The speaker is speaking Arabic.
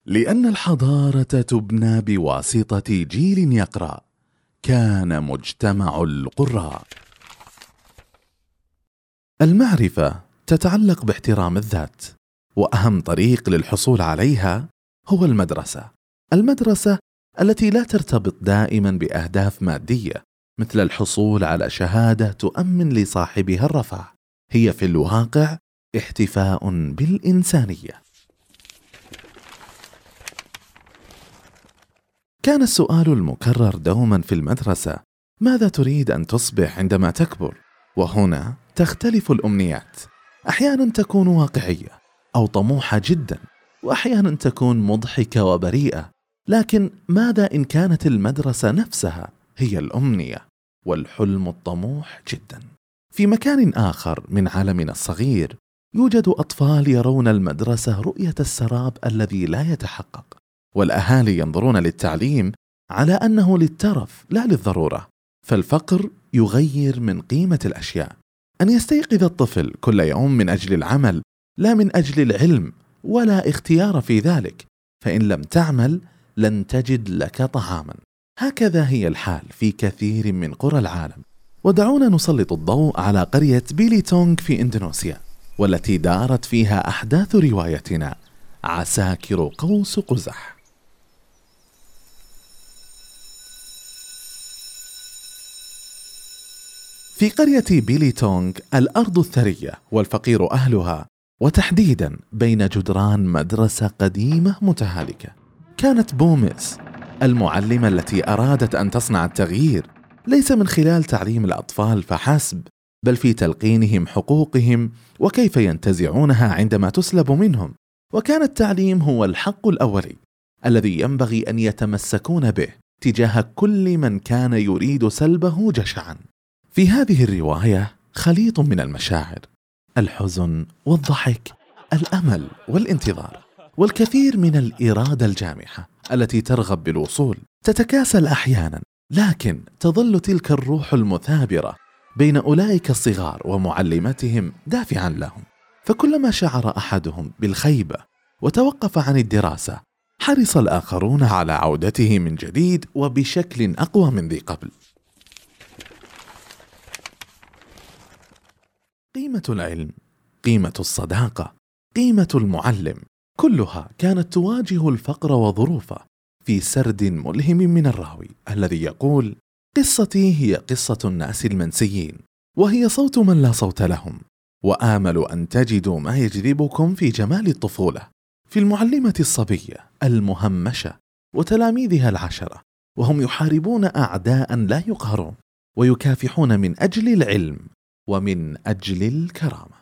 لأن الحضارة تبنى بواسطة جيل يقرأ، كان مجتمع القراء. المعرفة تتعلق باحترام الذات، وأهم طريق للحصول عليها هو المدرسة. المدرسة التي لا ترتبط دائما بأهداف مادية مثل الحصول على شهادة تؤمن لصاحبها الرفاه، هي في الواقع احتفاء بالإنسانية. كان السؤال المكرر دوما في المدرسة: ماذا تريد أن تصبح عندما تكبر؟ وهنا تختلف الأمنيات، أحيانا تكون واقعية أو طموحة جدا، وأحيانا تكون مضحكة وبريئة. لكن ماذا إن كانت المدرسة نفسها هي الأمنية والحلم الطموح جدا؟ في مكان آخر من عالمنا الصغير يوجد أطفال يرون المدرسة رؤية السراب الذي لا يتحقق، والأهالي ينظرون للتعليم على أنه للترف لا للضرورة. فالفقر يغير من قيمة الأشياء. أن يستيقظ الطفل كل يوم من أجل العمل لا من أجل العلم، ولا اختيار في ذلك، فإن لم تعمل لن تجد لك طعاما. هكذا هي الحال في كثير من قرى العالم. ودعونا نسلط الضوء على قرية بيليتونغ في إندونيسيا، والتي دارت فيها أحداث روايتنا عساكر قوس قزح. في قرية بيليتونغ الأرض الثرية والفقير أهلها، وتحديدا بين جدران مدرسة قديمة متهالكة. كانت بوميس المعلمة التي أرادت أن تصنع التغيير، ليس من خلال تعليم الأطفال فحسب، بل في تلقينهم حقوقهم وكيف ينتزعونها عندما تسلب منهم. وكان التعليم هو الحق الأولي الذي ينبغي أن يتمسكون به تجاه كل من كان يريد سلبه جشعا. في هذه الرواية خليط من المشاعر، الحزن والضحك، الأمل والانتظار، والكثير من الإرادة الجامحة التي ترغب بالوصول. تتكاسل أحيانا، لكن تظل تلك الروح المثابرة بين أولئك الصغار ومعلمتهم دافعا لهم. فكلما شعر أحدهم بالخيبة وتوقف عن الدراسة، حرص الآخرون على عودته من جديد وبشكل أقوى من ذي قبل. قيمة العلم، قيمة الصداقة، قيمة المعلم، كلها كانت تواجه الفقر وظروفه في سرد ملهم من الراوي الذي يقول: قصتي هي قصة الناس المنسيين، وهي صوت من لا صوت لهم، وآمل أن تجدوا ما يجذبكم في جمال الطفولة، في المعلمة الصبية المهمشة وتلاميذها العشرة، وهم يحاربون أعداء لا يقهرون، ويكافحون من أجل العلم ومن أجل الكرامة.